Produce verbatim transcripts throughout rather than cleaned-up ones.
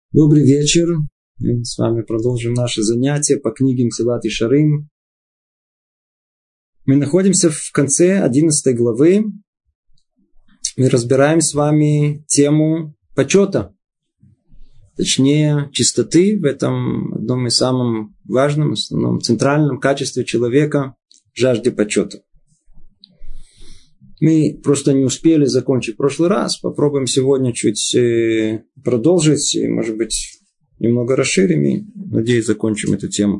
Добрый вечер. Мы с вами продолжим наши занятия по книге Месилат Йешарим. Мы находимся в конце одиннадцатой главы. Мы разбираем с вами тему почета. Точнее, чистоты в этом одном из самых важных, основном, центральном качестве человека – жажде почета. Мы просто не успели закончить в прошлый раз. Попробуем сегодня чуть продолжить. И, может быть, немного расширим. И, надеюсь, закончим эту тему.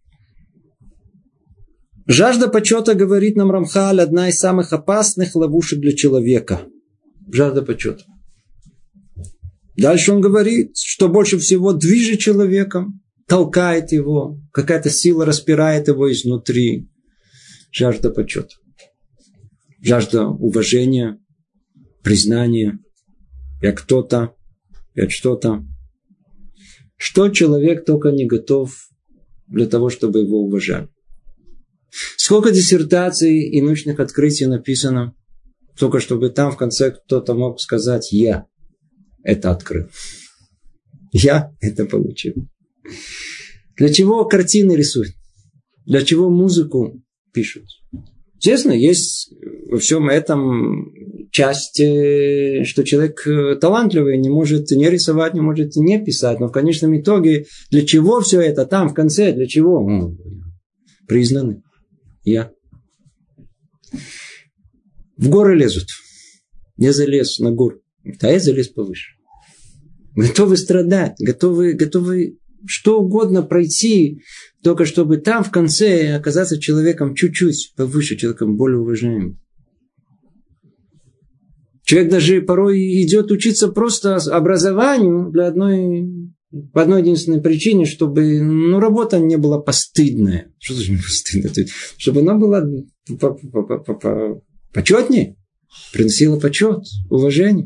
Жажда почета, говорит нам Рамхаль, одна из самых опасных ловушек для человека. Жажда почета. Дальше он говорит, что больше всего движет человеком, толкает его. Какая-то сила распирает его изнутри. Жажда почета. Жажда уважения, признания. Я кто-то, я что-то. Что человек только не готов для того, чтобы его уважали. Сколько диссертаций и научных открытий написано, только чтобы там в конце кто-то мог сказать «я это открыл». Я это получил. Для чего картины рисуют? Для чего музыку пишут? Естественно, есть во всем этом часть, что человек талантливый, не может не рисовать, не может не писать. Но в конечном итоге, для чего все это там в конце? Для чего? Ну, признаны. Я. В горы лезут. Я залез на гору. А я залез повыше. Готовы страдать, готовы, готовы что угодно пройти, только чтобы там в конце оказаться человеком чуть-чуть повыше, человеком более уважаемым. Человек даже порой идет учиться просто образованию для одной, по одной единственной причине, чтобы ну, работа не была постыдная. Что значит постыдная? Чтобы она была почетнее, приносила почет, уважение.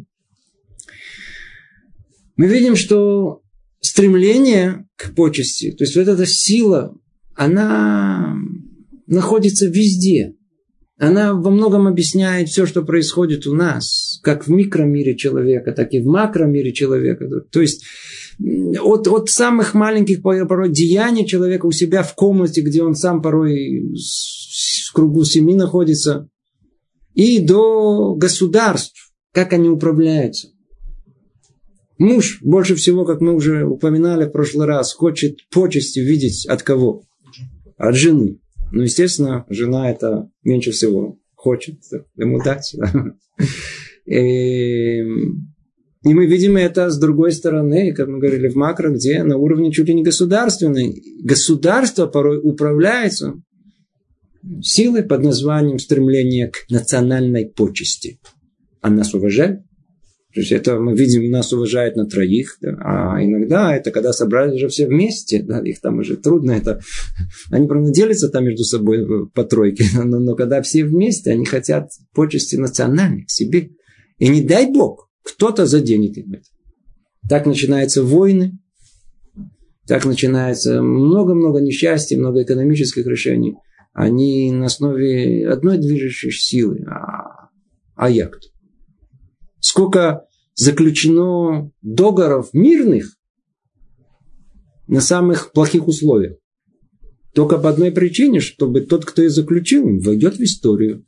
Мы видим, что стремление к почести, то есть вот эта сила, она находится везде. Она во многом объясняет все, что происходит у нас, как в микромире человека, так и в макромире человека. То есть от, от самых маленьких порой деяний человека у себя в комнате, где он сам порой в кругу семьи находится, и до государств, как они управляются. Муж, больше всего, как мы уже упоминали в прошлый раз, хочет почести видеть от кого? От жены. Ну, естественно, жена это меньше всего хочет ему дать. И, и мы видим это с другой стороны, как мы говорили, в макро, где на уровне чуть ли не государственной. Государство порой управляется силой под названием стремление к национальной почести. А нас уважают? То есть это мы видим, нас уважают на троих, да? А иногда это когда собрались уже все вместе, да? Их там уже трудно, это они, правда, делятся там между собой по тройке, но, но когда все вместе, они хотят почести национальных себе. И не дай Бог, кто-то заденет им это. Так начинаются войны, так начинается много-много несчастий, много экономических решений. Они на основе одной движущей силы. А, а я кто? Сколько заключено договоров мирных на самых плохих условиях. Только по одной причине, чтобы тот, кто их заключил, войдет в историю.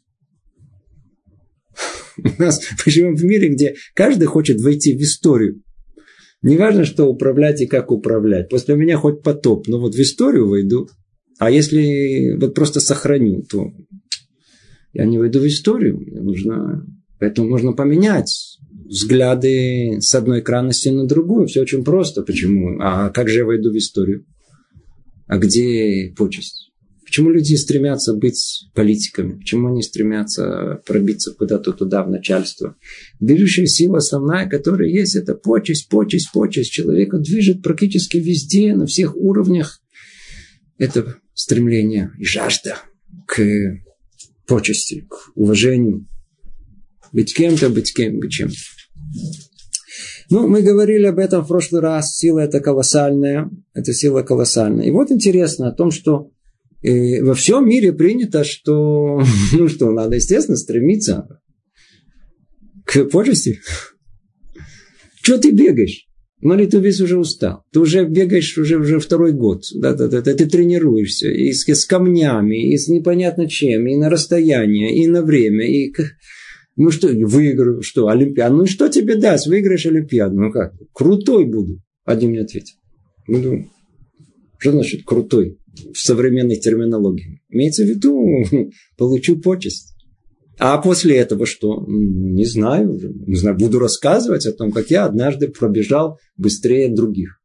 У нас мы живем в мире, где каждый хочет войти в историю. Не важно, что управлять и как управлять. После меня хоть потоп, но вот в историю войду. А если вот просто сохраню, то я не войду в историю. Мне нужно... Поэтому можно поменять взгляды с одной крайности на другую. Все очень просто. Почему? А как же я войду в историю? А где почесть? Почему люди стремятся быть политиками? Почему они стремятся пробиться куда-то туда, в начальство? Движущая сила основная, которая есть, это почесть, почесть, почесть. Человека движет практически везде, на всех уровнях. Это стремление и жажда к почести, к уважению. Быть кем-то, быть кем, быть чем-то. Ну, мы говорили об этом в прошлый раз. Сила это колоссальная. Это сила колоссальная. И вот интересно о том, что э, во всем мире принято, что, ну что, надо, естественно, стремиться к почести. Чего ты бегаешь? Молитвовец уже устал. Ты уже бегаешь уже, уже второй год. Да, да, да, ты тренируешься и с, с камнями, и с непонятно чем, и на расстояние, и на время. И... Ну что, выиграю, что, Олимпиаду? Ну что тебе даст? Выиграешь Олимпиаду. Ну как? Крутой буду. Один мне ответил. Буду. Что значит крутой в современной терминологии? Имеется в виду, получу почесть. А после этого что? Не знаю. Не знаю. Буду рассказывать о том, как я однажды пробежал быстрее других.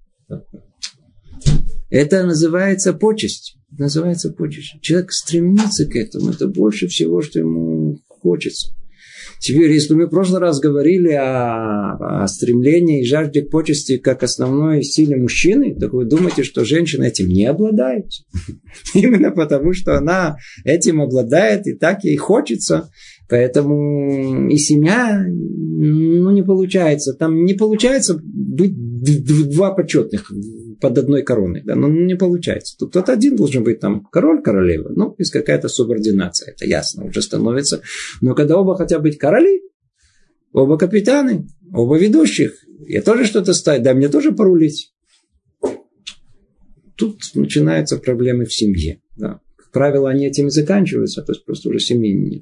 Это называется почесть. Называется почесть. Человек стремится к этому. Это больше всего, что ему хочется. Теперь, если мы в прошлый раз говорили о, о стремлении и жажде к почести как основной силе мужчины, так вы думаете, что женщина этим не обладает? Именно потому, что она этим обладает, и так ей хочется. Поэтому и семья, ну, не получается. Там не получается быть два почетных под одной короной. Да? Ну, не получается. Тут кто-то один должен быть там король, королева. Ну, есть какая-то субординация. Это ясно уже становится. Но когда оба хотят быть короли, оба капитаны, оба ведущих, я тоже что-то ставить, дай мне тоже порулить. Тут начинаются проблемы в семье. Да. Как правило, они этим и заканчиваются, то есть просто уже семьи нет.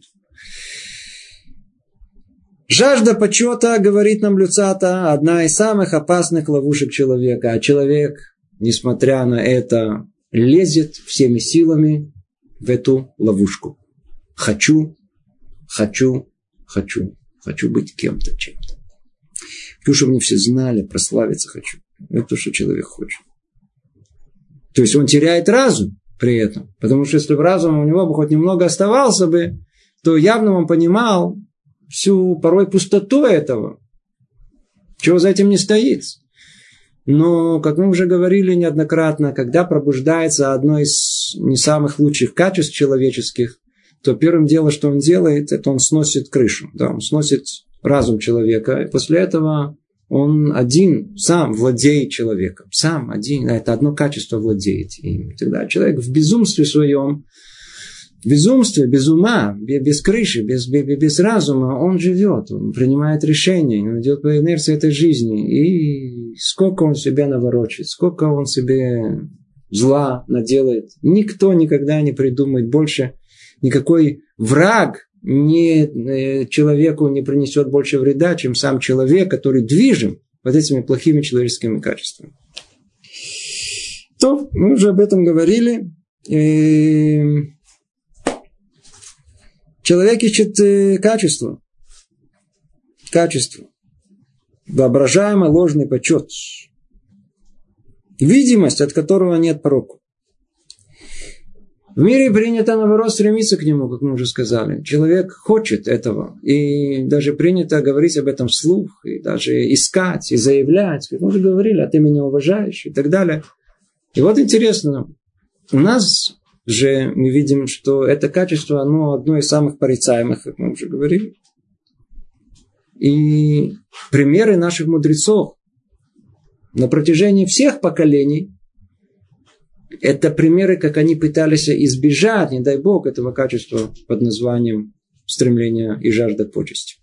Жажда почета, говорит нам Люцата, одна из самых опасных ловушек человека. А человек, несмотря на это, лезет всеми силами в эту ловушку. Хочу, хочу, хочу. Хочу быть кем-то, чем-то. Хочу, чтобы мне все знали, прославиться хочу. Это то, что человек хочет. То есть он теряет разум при этом. Потому что если бы разум у него бы хоть немного оставался бы, то явно он понимал всю порой пустоту этого. Чего за этим не стоит. Но, как мы уже говорили неоднократно, когда пробуждается одно из не самых лучших качеств человеческих, то первым делом, что он делает, это он сносит крышу. Да, он сносит разум человека. И после этого он один сам владеет человеком. Сам один. Это одно качество владеет им. Тогда человек в безумстве своем, в безумстве, без ума, без крыши, без, без, без разума, он живет, он принимает решения, он идет по инерции этой жизни. И сколько он себя наворочит, сколько он себе зла наделает. Никто никогда не придумает больше. Никакой враг не, человеку не принесет больше вреда, чем сам человек, который движим вот этими плохими человеческими качествами. То, мы уже об этом говорили. Человек ищет качество. Качество. Воображаемый ложный почет. Видимость, от которого нет порока. В мире принято, наоборот, стремиться к нему, как мы уже сказали. Человек хочет этого. И даже принято говорить об этом вслух. И даже искать, и заявлять. Как мы уже говорили, а ты меня уважаешь, и так далее. И вот интересно. У нас же мы видим, что это качество, оно одно из самых порицаемых, как мы уже говорили. И примеры наших мудрецов на протяжении всех поколений, это примеры, как они пытались избежать, не дай Бог, этого качества под названием стремление и жажда почести.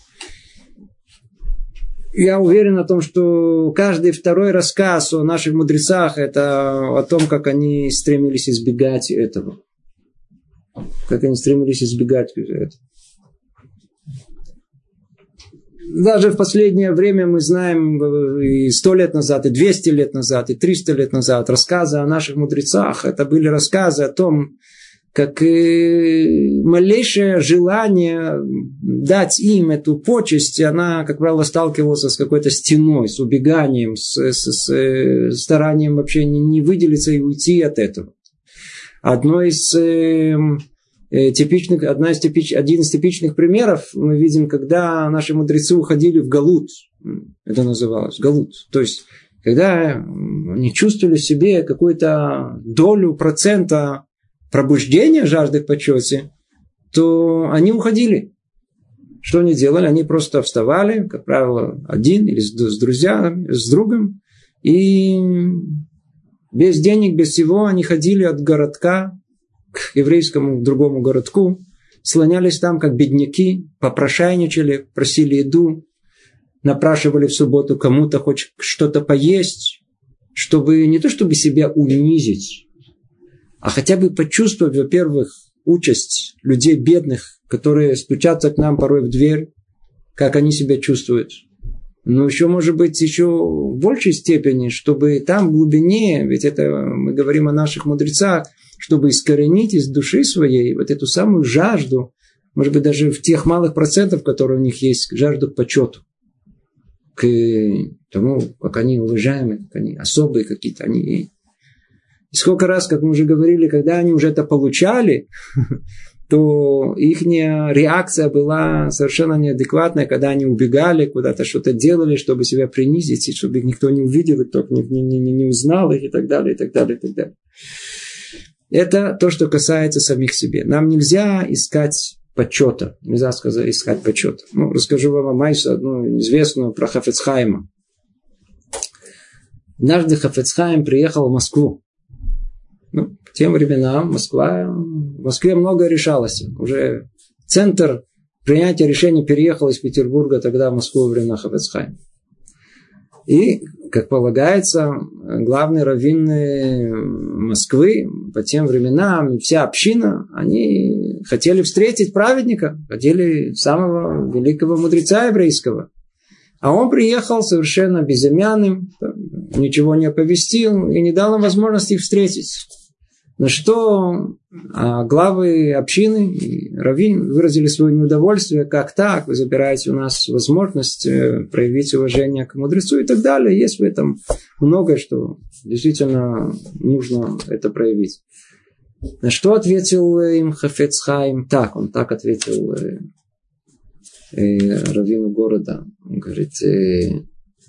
Я уверен о том, что каждый второй рассказ о наших мудрецах, это о том, как они стремились избегать этого. Как они стремились избегать этого. Даже в последнее время мы знаем и сто лет назад, и двести лет назад, и триста лет назад рассказы о наших мудрецах. Это были рассказы о том, как малейшее желание дать им эту почесть, она, как правило, сталкивалась с какой-то стеной, с убеганием, с, с, с старанием вообще не, не выделиться и уйти от этого. Одно из э, типичных, одна из типич, один из типичных примеров мы видим, когда наши мудрецы уходили в галут. Это называлось галут. То есть, когда они чувствовали в себе какую-то долю процента пробуждения жажды к почете, то они уходили. Что они делали? Они просто вставали, как правило, один или с друзьями, с другом, и без денег, без всего они ходили от городка к еврейскому другому городку, слонялись там, как бедняки, попрошайничали, просили еду. напрашивали в субботу кому-то хоть что-то поесть, чтобы не то чтобы себя унизить, а хотя бы почувствовать, во-первых, участь людей бедных, которые стучатся к нам порой в дверь, как они себя чувствуют. Но еще, может быть, еще в большей степени, чтобы там в глубине, ведь это мы говорим о наших мудрецах, чтобы искоренить из души своей вот эту самую жажду, может быть, даже в тех малых процентах, которые у них есть, жажду к почету, к тому, как они уважаемые, как они особые какие-то. Они... И сколько раз, как мы уже говорили, когда они уже это получали, то их реакция была совершенно неадекватная, когда они убегали, куда-то что-то делали, чтобы себя принизить, и чтобы их никто не увидел, и кто не, не, не, не узнал их, и так далее, и так далее, и так далее. Это то, что касается самих себе. Нам нельзя искать почета. Нельзя сказать, искать почета. Ну, расскажу вам о Майсе, одну известную про Хафец Хаима. Однажды Хафец Хаим приехал в Москву. Ну, в те времена Москва, в Москве много решалось. Уже центр принятия решений переехал из Петербурга тогда в Москву во времена Хафец Хаима. И, как полагается, главные раввины Москвы по тем временам, вся община, они хотели встретить праведника, хотели самого великого мудреца еврейского. А он приехал совершенно безымянным, ничего не оповестил и не дал им возможности их встретить. На что главы общины и раввин выразили свое неудовольствие, как так, вы забираете у нас возможность проявить уважение к мудрецу и так далее. Есть в этом многое, что действительно нужно это проявить. На что ответил им Хафец Хаим? Так, он так ответил э, э, раввину города. Он говорит, э,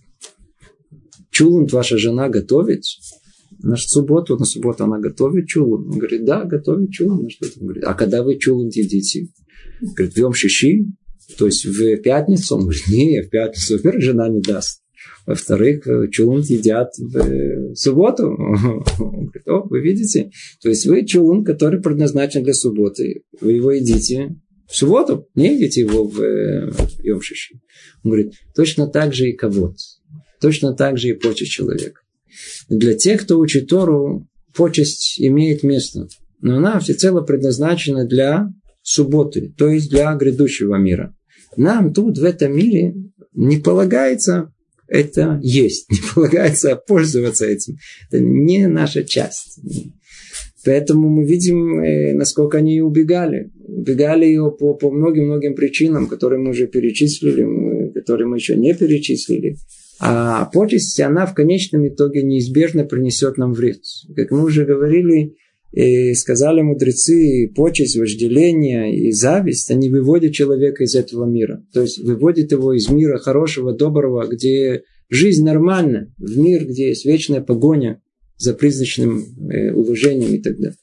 чулунт ваша жена готовит? На субботу, на субботу она готовит чулун. Он говорит, да, готовит чулун. Он говорит, а когда вы чулун едите? Говорит, в йом шиши, то есть в пятницу. Он говорит, не, в пятницу. Во-первых, жена не даст. Во-вторых, чулун едят в субботу. Он говорит, о, вы видите? То есть вы чулун, который предназначен для субботы. Вы его едите в субботу, не едите его в йом шиши. Он говорит, точно так же и кавод. Точно так же и почесть человека. Для тех, кто учит Тору, почесть имеет место. Но она всецело предназначена для субботы, то есть для грядущего мира. Нам тут, в этом мире, не полагается это есть, не полагается пользоваться этим. Это не наша часть. Поэтому мы видим, насколько они убегали. Убегали ее по, по многим-многим причинам, которые мы уже перечислили, которые мы еще не перечислили. А почесть, она в конечном итоге неизбежно принесет нам вред. Как мы уже говорили, и сказали мудрецы, почесть, вожделение и зависть, они выводят человека из этого мира. То есть выводят его из мира хорошего, доброго, где жизнь нормальна, в мир, где есть вечная погоня за призрачным уважением и так далее.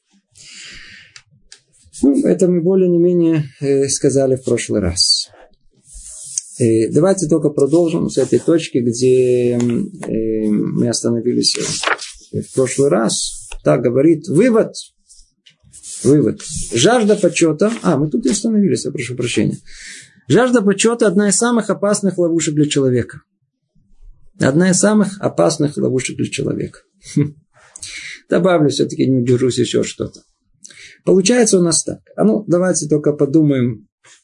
Ну, это мы более не менее сказали в прошлый раз. Давайте только продолжим с этой точки, где мы остановились в прошлый раз. Так говорит вывод. Вывод. Жажда почета. А, мы тут и остановились, я прошу прощения. Жажда почета – одна из самых опасных ловушек для человека. Одна из самых опасных ловушек для человека. Добавлю, все-таки не удержусь еще что-то. Получается у нас так. А ну, давайте только подумаем.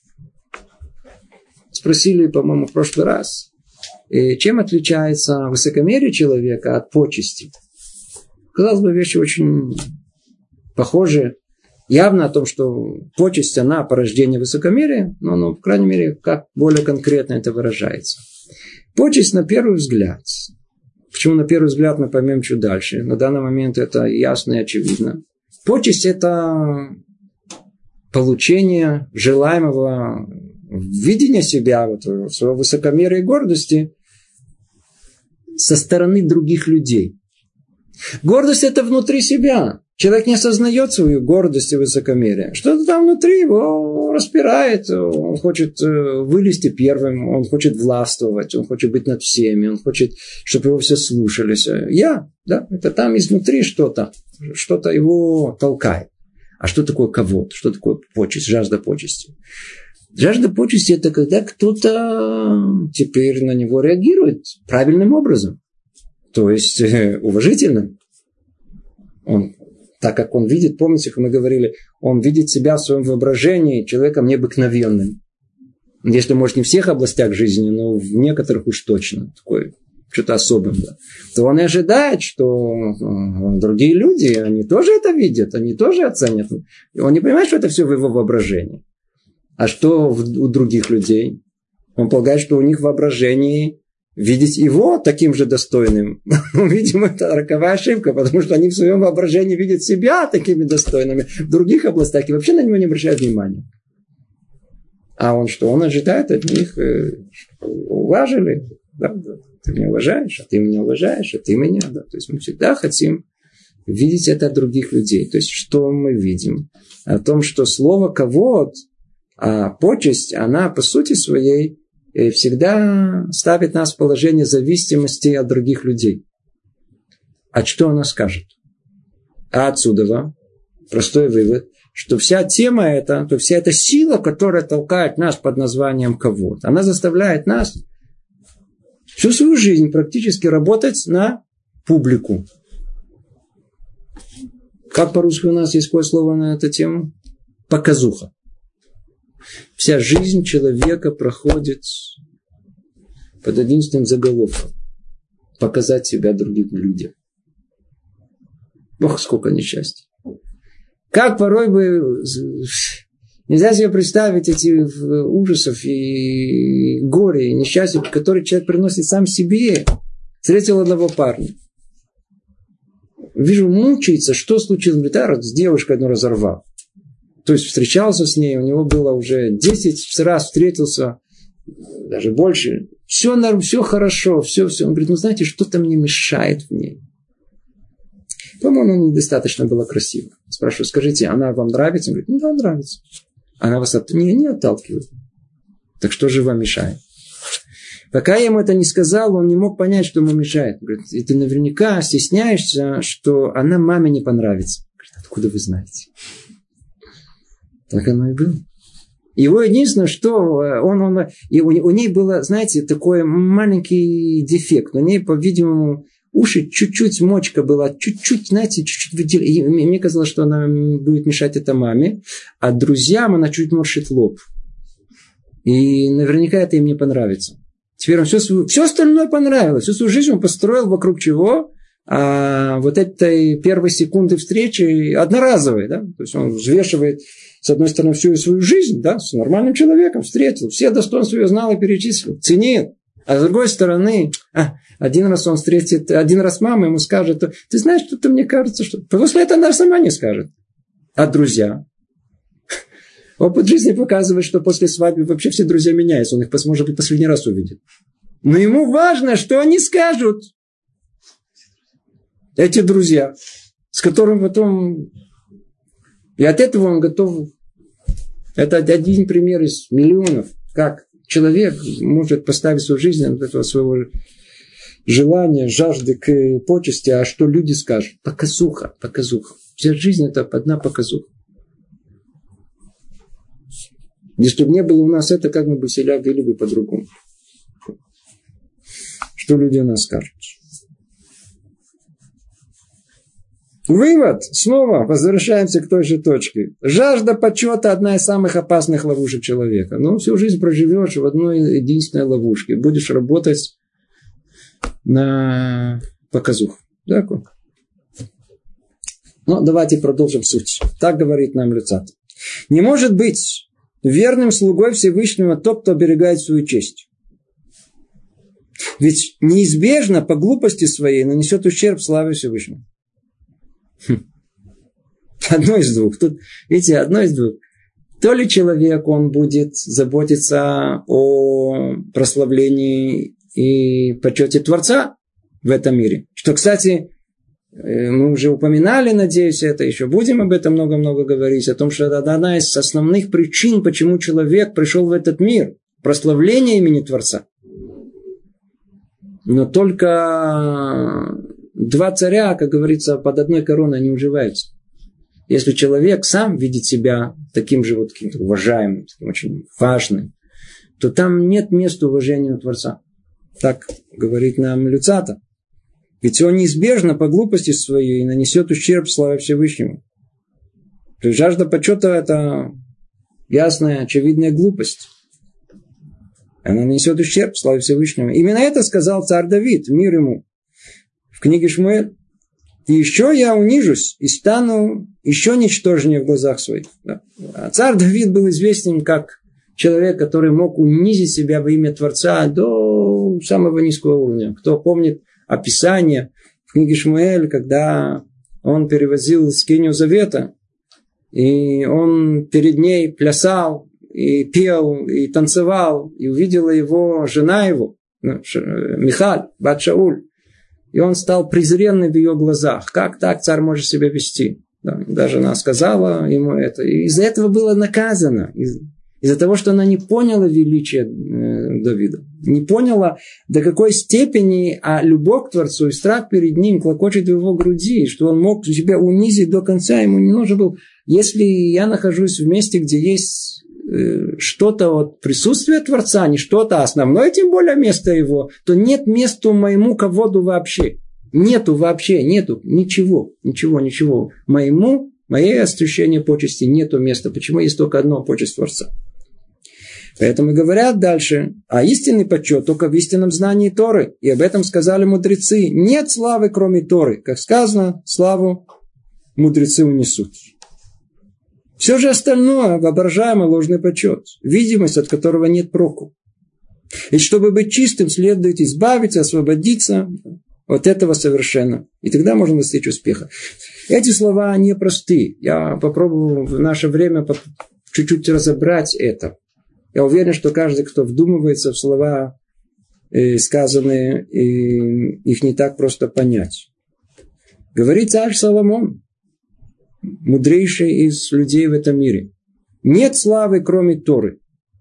Спросили, по-моему, в прошлый раз, чем отличается высокомерие человека от почести. Казалось бы, вещи очень похожи. Явно о том, что почесть, она порождение высокомерия, но, ну, по крайней мере, как более конкретно это выражается. Почесть на первый взгляд. Почему на первый взгляд мы поймем чуть дальше. На данный момент это ясно и очевидно. Почесть – это получение желаемого видение себя, вот, своего высокомерия и гордости со стороны других людей. Гордость – это внутри себя. Человек не осознает свою гордость и высокомерие. Что-то там внутри его распирает. Он хочет вылезти первым, он хочет властвовать, он хочет быть над всеми, он хочет, чтобы его все слушались. Я, да, это там изнутри что-то, что-то его толкает. А что такое кавод? Что такое почесть, жажда почести? Жажда почести – это когда кто-то теперь на него реагирует правильным образом. То есть, уважительно. Он, так как он видит, помните, как мы говорили, он видит себя в своем воображении человеком необыкновенным. Если, может, не в всех областях жизни, но в некоторых уж точно. Такой, что-то особым, да. То он и ожидает, что другие люди, они тоже это видят, они тоже оценят. Он не понимает, что это все в его воображении. А что у других людей? Он полагает, что у них в воображении видеть его таким же достойным. Видимо, это роковая ошибка, потому что они в своем воображении видят себя такими достойными в других областях и вообще на него не обращают внимания. А он что? Он ожидает от них, уважили. Да, да. Ты меня уважаешь, а ты меня уважаешь, а ты меня. Да. То есть мы всегда хотим видеть это от других людей. То есть что мы видим? О том, что слово «кавод», а почесть, она по сути своей всегда ставит нас в положение зависимости от других людей. А что она скажет? А отсюда простой вывод, что вся тема эта, то вся эта сила, которая толкает нас под названием кавод, она заставляет нас всю свою жизнь практически работать на публику. Как по-русски у нас есть какое слово на эту тему? Показуха. Вся жизнь человека проходит под единственным заголовком. Показать себя другим людям. Ох, сколько несчастья. Как порой бы... Нельзя себе представить эти ужасов и горе, и несчастья, которые человек приносит сам себе. Встретил одного парня. Вижу, мучается. Что случилось? Говорит, а, с девушкой одну разорвал. То есть встречался с ней, у него было уже десять раз встретился, даже больше. Все, все хорошо, все, все. Он говорит, ну знаете, что-то мне мешает в ней. По-моему, недостаточно было красиво. Спрашиваю, скажите, она вам нравится? Он говорит, ну да, нравится. Она вас от... не, не отталкивает. Так что же вам мешает? Пока я ему это не сказал, он не мог понять, что ему мешает. Он говорит, и ты наверняка стесняешься, что она маме не понравится. Говорит, откуда вы знаете? Так оно и было. Его единственное, что он, он, и у, у ней было, знаете, такой маленький дефект. У ней, по-видимому, уши чуть-чуть, мочка была, чуть-чуть, знаете, чуть-чуть выделили. И мне казалось, что она будет мешать это маме, а друзьям она чуть морщит лоб. И наверняка это им не понравится. Теперь он все, свою, все остальное понравилось. Всю свою жизнь он построил вокруг чего? А вот этой первой секунды встречи одноразовой, да? То есть он взвешивает, с одной стороны, всю свою жизнь, да, с нормальным человеком встретил, все достоинства ее знал и перечислил, ценил. А с другой стороны, а, один раз он встретит, один раз мама ему скажет, ты знаешь, что-то мне кажется, что... После этого она сама не скажет. А друзья? Опыт жизни показывает, что после свадьбы вообще все друзья меняются. Он их, может быть, последний раз увидит. Но ему важно, что они скажут. Эти друзья, с которыми потом... И от этого он готов... Это один пример из миллионов. Как человек может поставить свою жизнь от этого своего желания, жажды к почести. А что люди скажут? Показуха, показуха. Вся жизнь это одна показуха. Если бы не было у нас это, как мы бы себя вели бы по-другому. Что люди о нас скажут? Вывод. Снова возвращаемся к той же точке. Жажда почета – одна из самых опасных ловушек человека. Ну, всю жизнь проживешь в одной единственной ловушке. Будешь работать на показуху. Так? Ну, давайте продолжим суть. Так говорит нам Люцат. Не может быть верным слугой Всевышнего тот, кто оберегает свою честь. Ведь неизбежно по глупости своей нанесет ущерб славе Всевышнего. Хм. Одно из двух. Тут, видите, одно из двух. То ли человек, он будет заботиться о прославлении и почете Творца в этом мире. Что, кстати, мы уже упоминали, надеюсь, это еще будем об этом много-много говорить, о том, что это одна из основных причин, почему человек пришел в этот мир. Прославление имени Творца. Но только два царя, как говорится, под одной короной не уживаются. Если человек сам видит себя таким же вот каким-то уважаемым, таким очень важным, то там нет места уважению Творца. Так говорит нам Люцата. Ведь он неизбежно по глупости своей нанесет ущерб славе Всевышнему. То есть жажда почета – это ясная, очевидная глупость. Она нанесет ущерб славе Всевышнему. Именно это сказал царь Давид, мир ему, в книге Шмуэль. И еще я унижусь и стану еще ничтожнее в глазах своих. Да. А царь Давид был известен как человек, который мог унизить себя во имя Творца до самого низкого уровня. Кто помнит описание в книге Шмуэль, когда он перевозил скинию завета, и он перед ней плясал, и пел, и танцевал, и увидела его жена его, Михаль, бат Шауль. И он стал презренным в ее глазах. Как так царь может себя вести? Да, даже она сказала ему это. И из-за этого было наказано. Из- из-за того, что она не поняла величия э, Давида. Не поняла, до какой степени а любовь к Творцу и страх перед ним клокочет в его груди. Что он мог себя унизить до конца. Ему не нужно было. Если я нахожусь в месте, где есть что-то от присутствия Творца, не что-то, а основное, тем более место его, то нет места моему ководу вообще. Нету вообще, нету ничего, ничего, ничего. Моему, моей ощущение почести нету места. Почему есть только одно почесть Творца? Поэтому говорят дальше, а истинный почет только в истинном знании Торы. И об этом сказали мудрецы. Нет славы, кроме Торы. Как сказано, славу мудрецы унесут. Все же остальное, воображаемый ложный почет, видимость, от которого нет проку. И чтобы быть чистым, следует избавиться, освободиться от этого совершенно. И тогда можно достичь успеха. Эти слова непростые. Я попробую в наше время чуть-чуть разобрать это. Я уверен, что каждый, кто вдумывается в слова сказанные, их не так просто понять. Говорит царь Соломон, мудрейший из людей в этом мире. Нет славы, кроме Торы.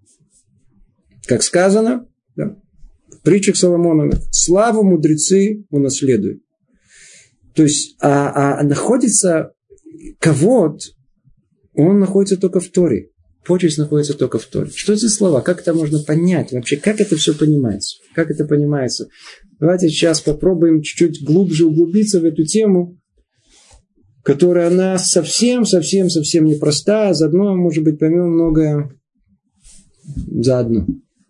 Как сказано, да, в притчах Соломоновых, славу мудрецы унаследуют. То есть, а, а находится кавод, он находится только в Торе. Почесть находится только в Торе. Что это за слова? Как это можно понять? Вообще, как это все понимается? Как это понимается? Давайте сейчас попробуем чуть-чуть глубже углубиться в эту тему, которая она совсем-совсем-совсем непростая. Заодно, может быть, поймем многое заодно.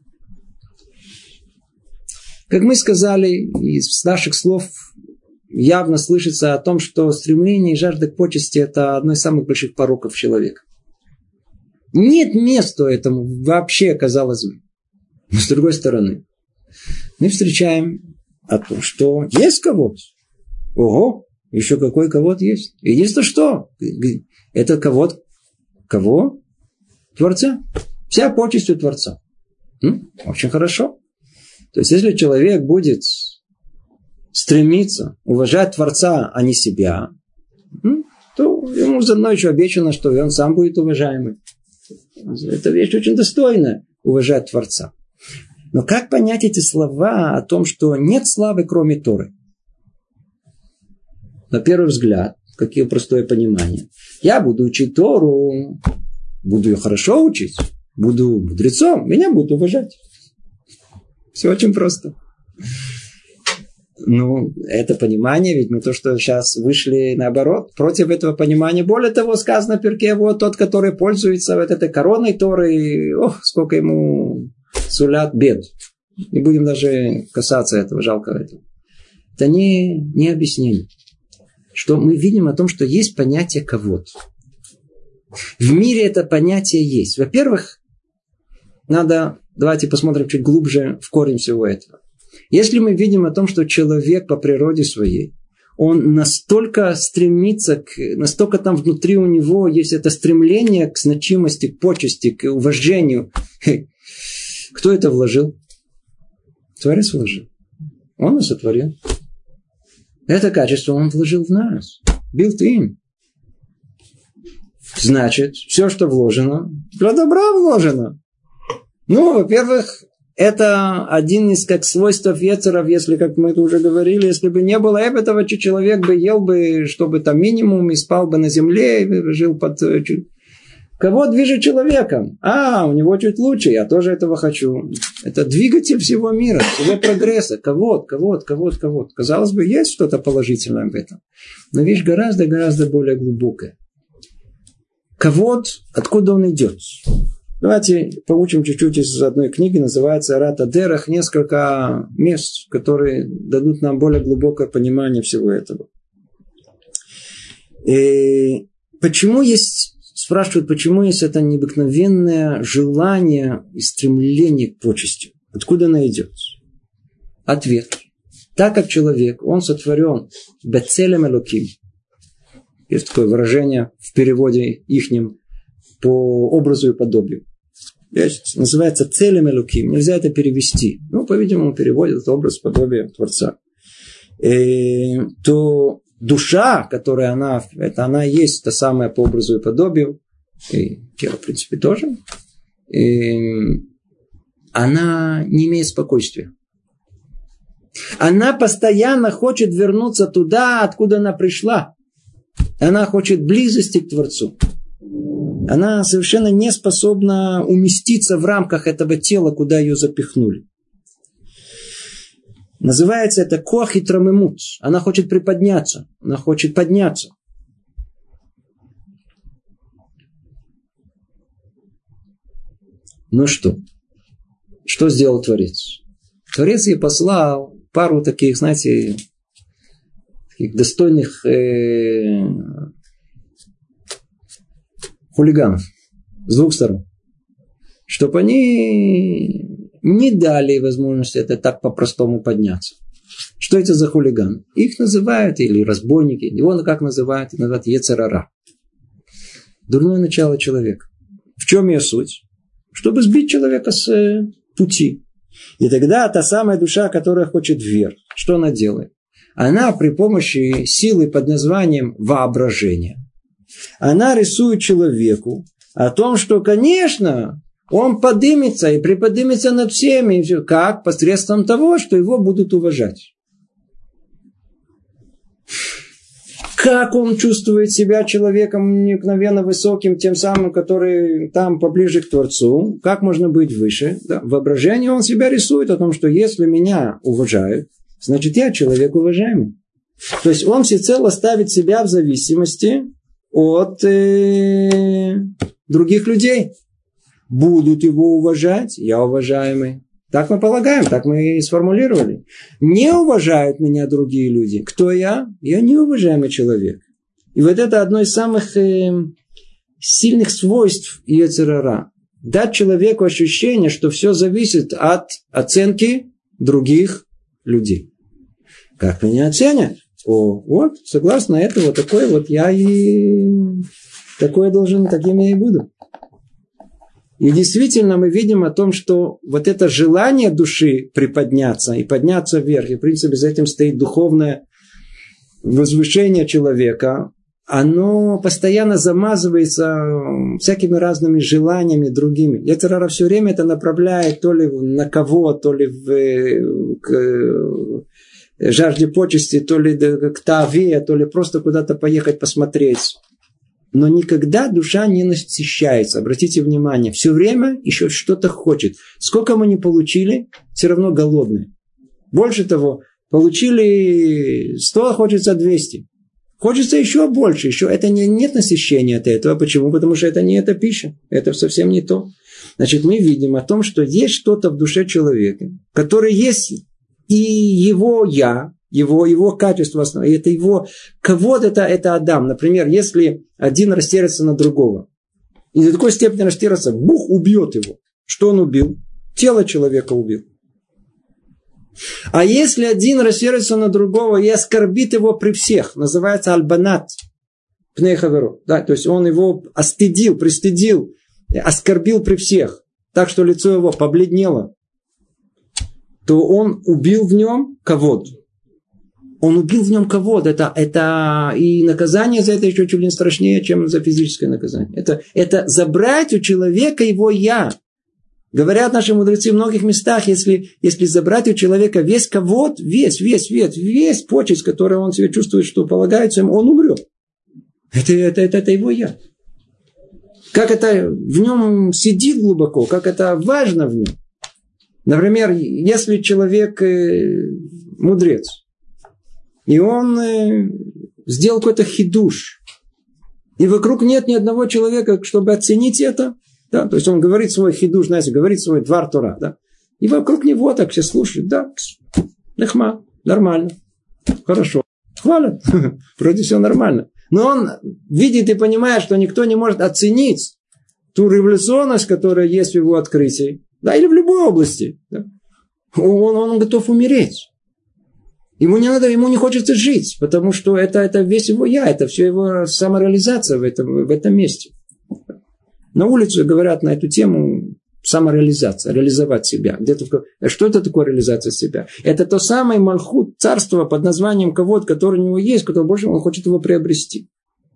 Как мы сказали, из наших слов явно слышится о том, что стремление и жажда к почести – это одно из самых больших пороков человека. Нет места этому вообще, казалось бы. Но с другой стороны, мы встречаем о том, что есть кого-то. Ого! Еще какой кого-то есть. Единственное, что? Это кого-то. Кого? Творца. Вся почесть у Творца. М? Очень хорошо. То есть, если человек будет стремиться уважать Творца, а не себя, то ему заодно еще обещано, что он сам будет уважаемый. Это вещь очень достойная, уважать Творца. Но как понять эти слова о том, что нет славы, кроме Торы? На первый взгляд, какое простое понимание. Я буду учить Тору, буду ее хорошо учить, буду мудрецом, меня будут уважать. Все очень просто. Ну, это понимание, ведь мы то, что сейчас вышли наоборот, против этого понимания. Более того, сказано в Перке, вот тот, который пользуется вот этой короной Торы, ох, сколько ему сулят бед. Не будем даже касаться этого, жалко этого. Это не, не объяснение. Что мы видим о том, что есть понятие кого-то. В мире это понятие есть. Во-первых, надо, давайте посмотрим чуть глубже в корень всего этого. Если мы видим о том, что человек по природе своей, он настолько стремится, к, настолько там внутри у него есть это стремление к значимости, к почести, к уважению. Кто это вложил? Творец вложил. Он нас сотворил. Это качество он вложил в нас. Built-in. Значит, все, что вложено, для добра вложено. Ну, во-первых, Это один из как свойств йецеров, если, как мы это уже говорили, если бы не было этого, человек бы ел бы, чтобы там минимум, и спал бы на земле, и жил под... Кого движет человеком? А, у него чуть лучше, я тоже этого хочу. Это двигатель всего мира, всего прогресса. Кого-то, кого-то, кого-то, кого-то. Казалось бы, есть что-то положительное в этом. Но вещь гораздо-гораздо более глубокая. Кого-то, откуда он идет? Давайте поучим чуть-чуть из одной книги, называется «Рата Дерах», несколько мест, которые дадут нам более глубокое понимание всего этого. И почему есть... Спрашивают, почему есть это необыкновенное желание и стремление к почести? Откуда оно идет? Ответ. Так как человек, он сотворен бецелем элоким. Есть такое выражение в переводе ихнем по образу и подобию. Есть, называется целем элоким. Нельзя это перевести. Ну, по-видимому, переводит образ подобия Творца. И, то душа, которая она, это она есть, та самая по образу и подобию, и тело, в принципе, тоже, и она не имеет спокойствия. Она постоянно хочет вернуться туда, откуда она пришла. Она хочет близости к Творцу. Она совершенно не способна уместиться в рамках этого тела, куда ее запихнули. Называется это коах и трамемут. Она хочет приподняться. Она хочет подняться. Ну что? Что сделал Творец? Творец ей послал пару таких, знаете, таких достойных э, хулиганов с двух сторон. Чтобы они... не дали возможности это так по-простому подняться. Что это за хулиган? Их называют, или разбойники, его как называют? Называют йецер-ара. Дурное начало человека. В чем ее суть? Чтобы сбить человека с э, пути. И тогда та самая душа, которая хочет вверх, что она делает? Она при помощи силы под названием воображения, она рисует человеку о том, что, конечно, он поднимется и приподнимется над всеми. И все. Как? Посредством того, что его будут уважать. Как он чувствует себя человеком необыкновенно высоким, тем самым, который там поближе к Творцу. Как можно быть выше? Да. В воображении он себя рисует о том, что если меня уважают, значит я человек уважаемый. То есть он всецело ставит себя в зависимости от э, других людей. Будут его уважать, я уважаемый. Так мы полагаем, так мы и сформулировали. Не уважают меня другие люди. Кто я? Я неуважаемый человек. И вот это одно из самых э, сильных свойств йецер-ара. Дать человеку ощущение, что все зависит от оценки других людей. Как меня оценят? О, вот, согласно этому, такой вот я и такой должен, таким я и буду. И действительно мы видим о том, что вот это желание души приподняться и подняться вверх, и в принципе за этим стоит духовное возвышение человека, оно постоянно замазывается всякими разными желаниями другими. Йецер-ара все время это направляет то ли на кого, то ли в, к жажде почести, то ли к таве, то ли просто куда-то поехать посмотреть. Но никогда душа не насыщается. Обратите внимание, все время еще что-то хочет. Сколько мы не получили, все равно голодные. Больше того, получили сто, хочется двести. Хочется еще больше. Еще. Это не, нет насыщения от этого. Почему? Потому что это не эта пища. Это совсем не то. Значит, мы видим о том, что есть что-то в душе человека, которое есть и его «я», Его, его качество основное, это его, кого-то это, это Адам. Например, если один растерется на другого, и до такой степени растерется, бух, убьет его. Что он убил? Тело человека убил. А если один растерется на другого и оскорбит его при всех, называется альбанат, пнейхаверу, да, то есть он его остыдил, пристыдил, оскорбил при всех, так что лицо его побледнело, то он убил в нем кого-то. Он убил в нем кого-то. Это, это, и наказание за это еще чуть ли не страшнее, чем за физическое наказание. Это, это забрать у человека его «я». Говорят наши мудрецы в многих местах, если, если забрать у человека весь ковод, весь, весь, весь, весь почесть, которую он себе чувствует, что полагается ему, он умрет. Это, это, это, это его я. Как это в нем сидит глубоко, как это важно в нем. Например, если человек мудрец, и он сделал какой-то хидуш, и вокруг нет ни одного человека, чтобы оценить это, да, то есть он говорит свой хидуш, знаете, говорит свой двар Тора, да, и вокруг него так все слушают, да, нахма, нормально, хорошо, хвалят, вроде все нормально. Но он видит и понимает, что никто не может оценить ту революционность, которая есть в его открытии, да, или в любой области. Да. Он, он готов умереть. Ему не надо, ему не хочется жить, потому что это, это весь его я, это все его самореализация в этом, в этом месте. На улице говорят на эту тему самореализация, реализовать себя. Где только... Что это такое реализация себя? Это то самое Малхут, царство под названием кого-то, которое у него есть, которое больше он хочет его приобрести.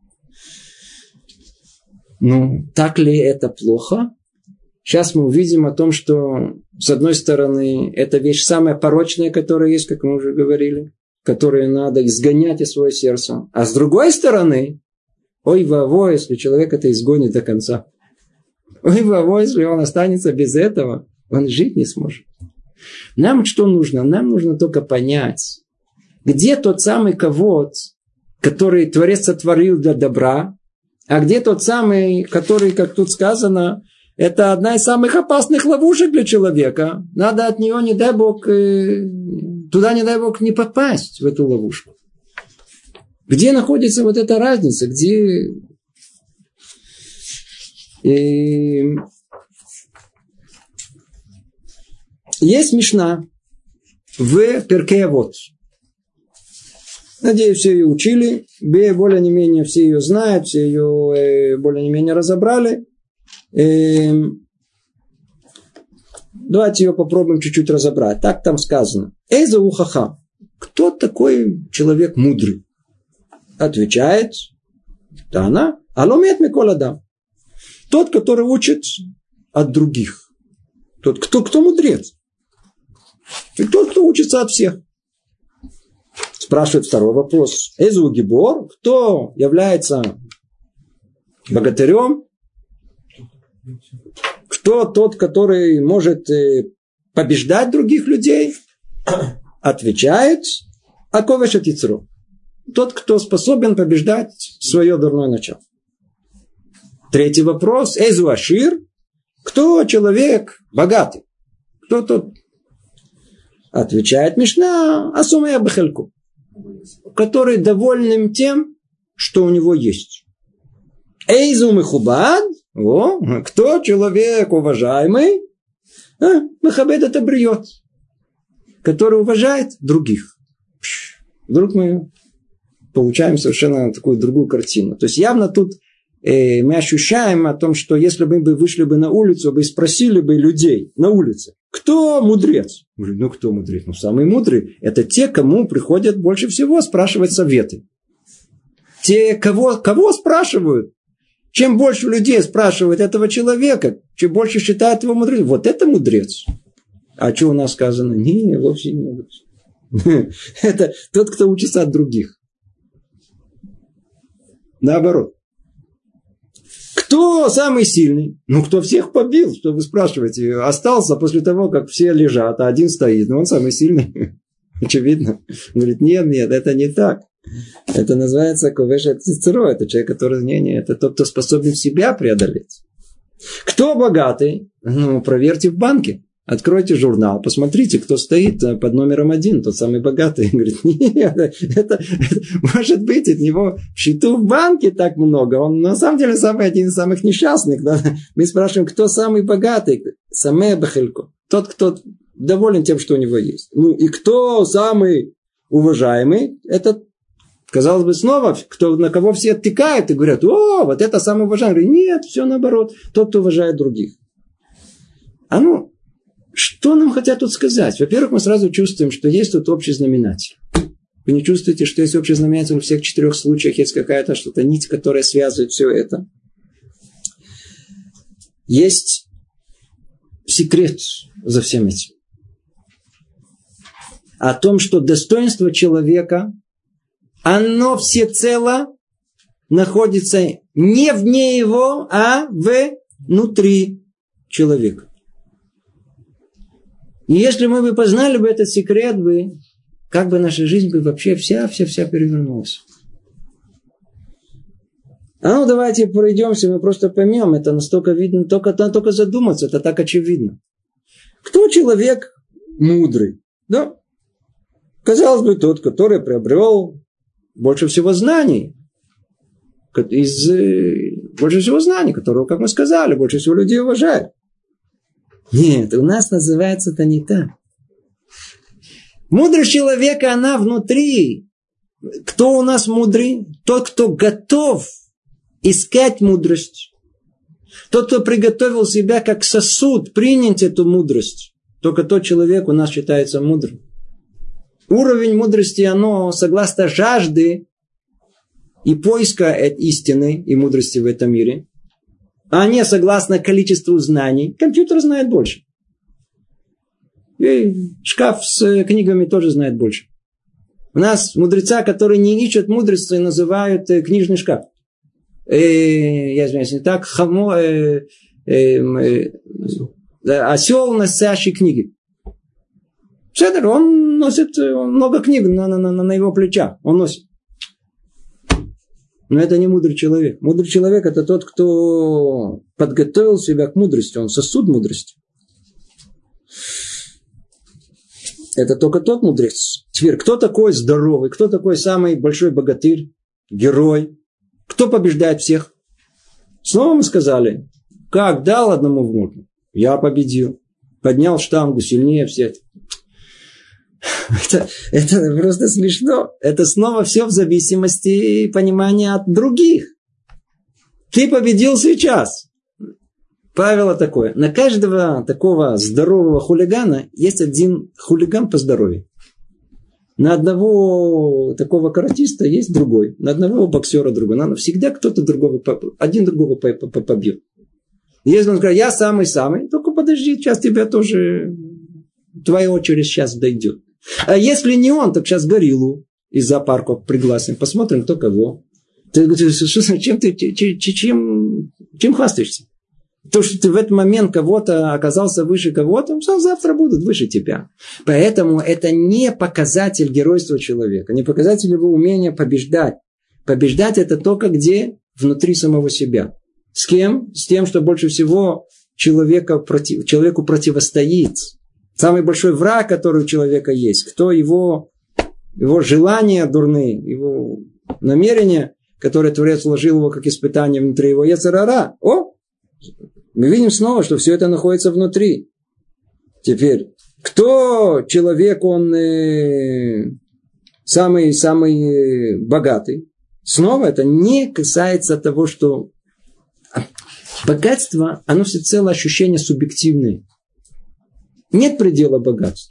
Ну, так ли это плохо? Сейчас мы увидим о том, что, с одной стороны, это вещь самая порочная, которая есть, как мы уже говорили, которую надо изгонять из своего сердца. А с другой стороны, ой вовой, если человек это изгонит до конца. Ой вовой, если он останется без этого, он жить не сможет. Нам что нужно? Нам нужно только понять, где тот самый ковод, который Творец сотворил для добра, а где тот самый, который, как тут сказано, это одна из самых опасных ловушек для человека. Надо от нее, не дай Бог, туда, не дай Бог, не попасть, в эту ловушку. Где находится вот эта разница? Где... И... Есть Мишна в Перкей Авот. Надеюсь, все ее учили. Более-менее все ее знают, все ее более-менее разобрали. Давайте ее попробуем чуть-чуть разобрать. Так там сказано. Эйза ухаха. Кто такой человек мудрый? Отвечает Тана. Аломет микол адам. Тот, который учит от других. Тот, кто, кто мудрец. И тот, кто учится от всех. Спрашивает второй вопрос. Эзу гибор. Кто является богатырем? Кто тот, который может побеждать других людей? Отвечает Аковеша Тицру. Тот, кто способен побеждать свое дурное начало. Третий вопрос. Эзу Ашир. Кто человек богатый? Кто тот? Отвечает Мишна Асумея Бахельку. Который доволен тем, что у него есть. Эйзу Мехубад. О, кто человек уважаемый? А, Мехабед это бриет. Который уважает других. Вдруг мы получаем совершенно такую другую картину. То есть явно тут э, мы ощущаем о том, что если бы мы вышли бы на улицу, бы спросили бы людей на улице, кто мудрец? Говорю, ну кто мудрец? Ну самый мудрый это те, кому приходят больше всего спрашивать советы. Те, кого, кого спрашивают? Чем больше людей спрашивают этого человека, чем больше считают его мудрецом. Вот это мудрец. А что у нас сказано? Не, вовсе не. Это тот, кто учится от других. Наоборот. Кто самый сильный? Ну, кто всех побил, что вы спрашиваете. Остался после того, как все лежат, а один стоит. Ну, он самый сильный. Очевидно. Он говорит, нет, нет, это не так. Это называется ковеша цицеро. Это человек, который... Не, не, это тот, кто способен себя преодолеть. Кто богатый? Ну, проверьте в банке. Откройте журнал, посмотрите, кто стоит под номером один, тот самый богатый. Говорит, нет, это, это может быть от него в счету в банке так много. Он на самом деле самый один из самых несчастных. Да? Мы спрашиваем, кто самый богатый? Самая Бахелько. Тот, кто доволен тем, что у него есть. Ну и кто самый уважаемый? Это, казалось бы, снова, кто, на кого все оттекают и говорят, о, вот это самый уважаемый. Нет, все наоборот. Тот, кто уважает других. А ну, что нам хотят тут сказать? Во-первых, мы сразу чувствуем, что есть тут общий знаменатель. Вы не чувствуете, что есть общий знаменатель во всех четырех случаях, есть какая-то что-то нить, которая связывает все это? Есть секрет за всем этим? О том, что достоинство человека, оно всецело находится не вне его, а внутри человека. И если мы бы познали бы этот секрет, бы, как бы наша жизнь бы вообще вся-вся-вся перевернулась. А ну давайте пройдемся, мы просто поймем, это настолько видно, только, только задуматься, это так очевидно. Кто человек мудрый? Да? Казалось бы, тот, который приобрел больше всего знаний, из, больше всего знаний, которого, как мы сказали, больше всего людей уважают. Нет, у нас называется это не так. Мудрость человека, она внутри. Кто у нас мудрый? Тот, кто готов искать мудрость. Тот, кто приготовил себя как сосуд, принять эту мудрость. Только тот человек у нас считается мудрым. Уровень мудрости, оно согласно жажды и поиска истины и мудрости в этом мире, а не согласно количеству знаний. Компьютер знает больше. И шкаф с книгами тоже знает больше. У нас мудреца, которые не ищут мудрости, называют книжный шкаф. Э, я извиняюсь, не так, хамо, э, э, э, осел, носящий книги. Седер, он носит много книг на, на, на, на его плечах. Он носит. Но это не мудрый человек. Мудрый человек – это тот, кто подготовил себя к мудрости. Он сосуд мудрости. Это только тот мудрец. Теперь, кто такой здоровый? Кто такой самый большой богатырь? Герой? Кто побеждает всех? Снова мы сказали, как дал одному внуку, я победил. Поднял штангу сильнее всех. Это, это просто смешно. Это снова все в зависимости понимания от других. Ты победил сейчас. Правило такое. На каждого такого здорового хулигана есть один хулиган по здоровью. На одного такого каратиста есть другой. На одного боксера другой. Но всегда кто-то другого, один другого побьет. Если он скажет, я самый-самый, только подожди, сейчас тебя тоже, твоя очередь сейчас дойдет. А если не он, так сейчас гориллу из зоопарка пригласим. Посмотрим, кто кого. Ты говоришь, чем ты чем, чем хвастаешься? То, что ты в этот момент кого-то оказался выше кого-то, завтра будут выше тебя. Поэтому это не показатель геройства человека, не показатель его умения побеждать. Побеждать это только где? Внутри самого себя. С кем? С тем, что больше всего человека, против, человеку противостоит. Самый большой враг, который у человека есть. Кто его, его желания дурные, его намерения, которые Творец вложил его как испытание внутри его йецер ара. О! Мы видим снова, что все это находится внутри. Теперь, кто человек, он э, самый, самый богатый? Снова это не касается того, что богатство, оно всецело ощущение субъективное. Нет предела богатства.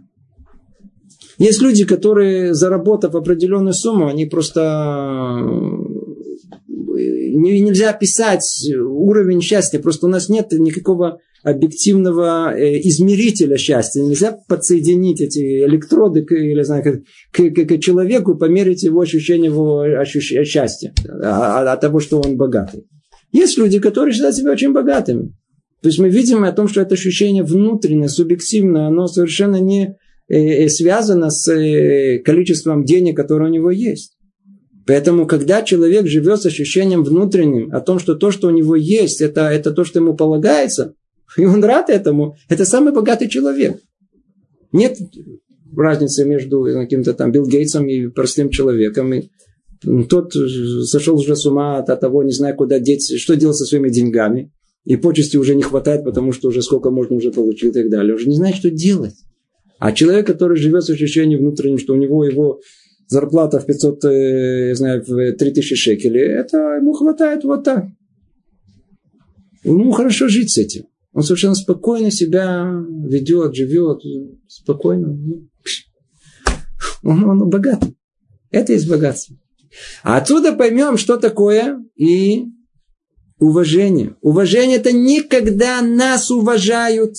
Есть люди, которые, заработав определенную сумму, они просто... Нельзя описать уровень счастья. Просто у нас нет никакого объективного измерителя счастья. Нельзя подсоединить эти электроды к, или, знаю, к, к, к человеку, померить его ощущение его ощущ... счастья от того, что он богатый. Есть люди, которые считают себя очень богатыми. То есть мы видим о том, что это ощущение внутреннее, субъективное, оно совершенно не связано с количеством денег, которые у него есть. Поэтому, когда человек живет с ощущением внутренним о том, что то, что у него есть, это, это то, что ему полагается, и он рад этому, это самый богатый человек. Нет разницы между каким-то там Билл Гейтсом и простым человеком. И тот сошел уже с ума от того, не знаю, куда деть, что делать со своими деньгами. И почести уже не хватает, потому что уже сколько можно уже получил и так далее. Уже не знает, что делать. А человек, который живет с ощущением внутренним, что у него его зарплата в пятьсот, я знаю, в три тысячи шекелей, это ему хватает вот так. Ему хорошо жить с этим. Он совершенно спокойно себя ведет, живет, спокойно. Он, он богат. Это есть богатство. А отсюда поймем, что такое и Уважение. Уважение – это не когда нас уважают.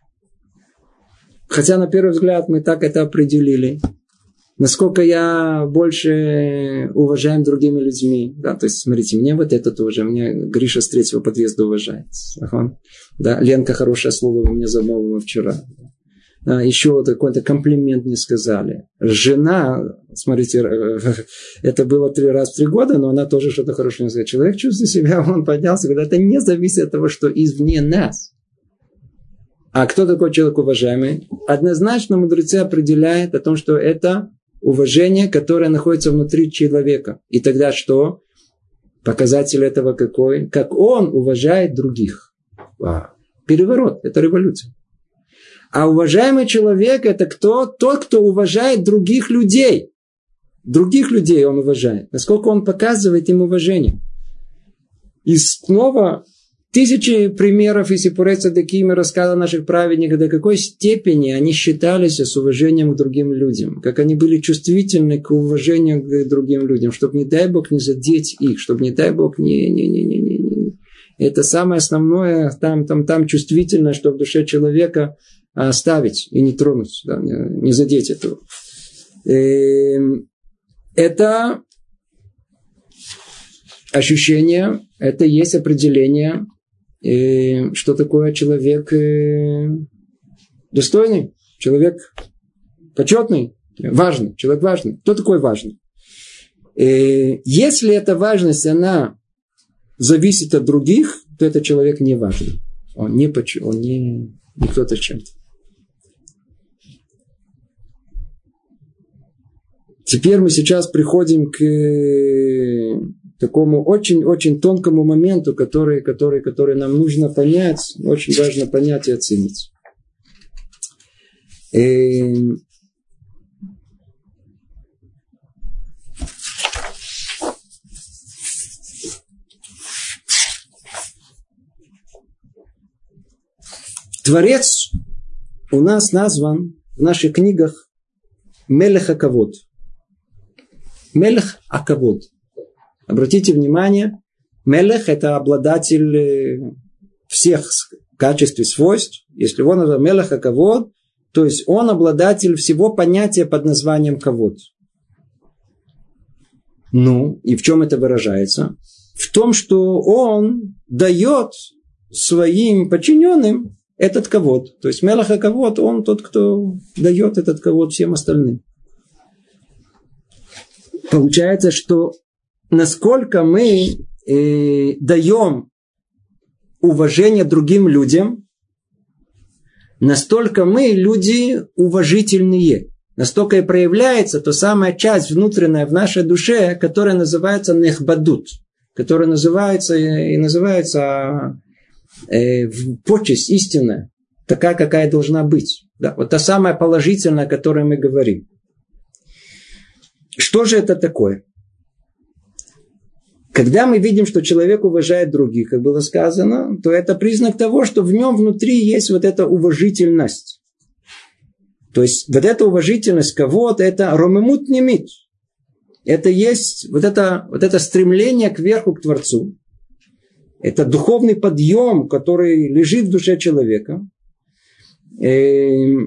Хотя, на первый взгляд, мы так это определили. Насколько я больше уважаем другими людьми. Да, то есть, смотрите, мне вот этот уже, мне Гриша с третьего подъезда уважает. Ага. Да, Ленка хорошее слово вы мне замолвила вчера. Да, еще вот какой-то комплимент мне сказали. Жена, смотрите, это было три раза в три года, но она тоже что-то хорошее мне сказала. Человек чувствует себя, он поднялся, когда это не зависит от того, что извне нас. А кто такой человек уважаемый? Однозначно мудрецы определяют о том, что это уважение, которое находится внутри человека. И тогда что? Показатель этого какой? Как он уважает других. Вау. Переворот. Это революция. А уважаемый человек – это кто? Тот, кто уважает других людей. Других людей он уважает. Насколько он показывает им уважение. И снова тысячи примеров из Сипурей Цадиким и рассказа наших праведников, до какой степени они считались с уважением к другим людям, как они были чувствительны к уважению к другим людям, чтобы, не дай Бог, не задеть их, чтобы, не дай Бог, не, не, не, не, не, не. Это самое основное, там, там, там чувствительное, что в душе человека оставить и не тронуть, да, не, не задеть этого. Это ощущение, это есть определение, и что такое человек достойный, человек почетный, важный, человек важный. Кто такой важный? И если эта важность, она зависит от других, то этот человек не важный. Он не, он не, не кто-то чем-то. Теперь мы сейчас приходим к такому очень-очень тонкому моменту, который, который, который нам нужно понять, очень важно понять и оценить. И Творец у нас назван в наших книгах Мелех ха-Кавод. Мелех ха-Кавод. Обратите внимание, Мелех – это обладатель всех качеств и свойств. Если он называется Мелех ха-Кавод, то есть он обладатель всего понятия под названием Кавод. Ну, и в чем это выражается? В том, что он дает своим подчиненным этот Кавод. То есть Мелех ха-Кавод, он тот, кто дает этот Кавод всем остальным. Получается, что насколько мы э, даем уважение другим людям, настолько мы люди уважительные. Настолько и проявляется та самая часть внутренняя в нашей душе, которая называется нехбадут, которая называется и называется э, почесть истинная, такая, какая должна быть. Да, вот та самая положительная, о которой мы говорим. Что же это такое? Когда мы видим, что человек уважает других, как было сказано, то это признак того, что в нем внутри есть вот эта уважительность. То есть вот эта уважительность кого-то, это ромемут немит. Это есть вот это, вот это стремление кверху, к Творцу. Это духовный подъем, который лежит в душе человека. И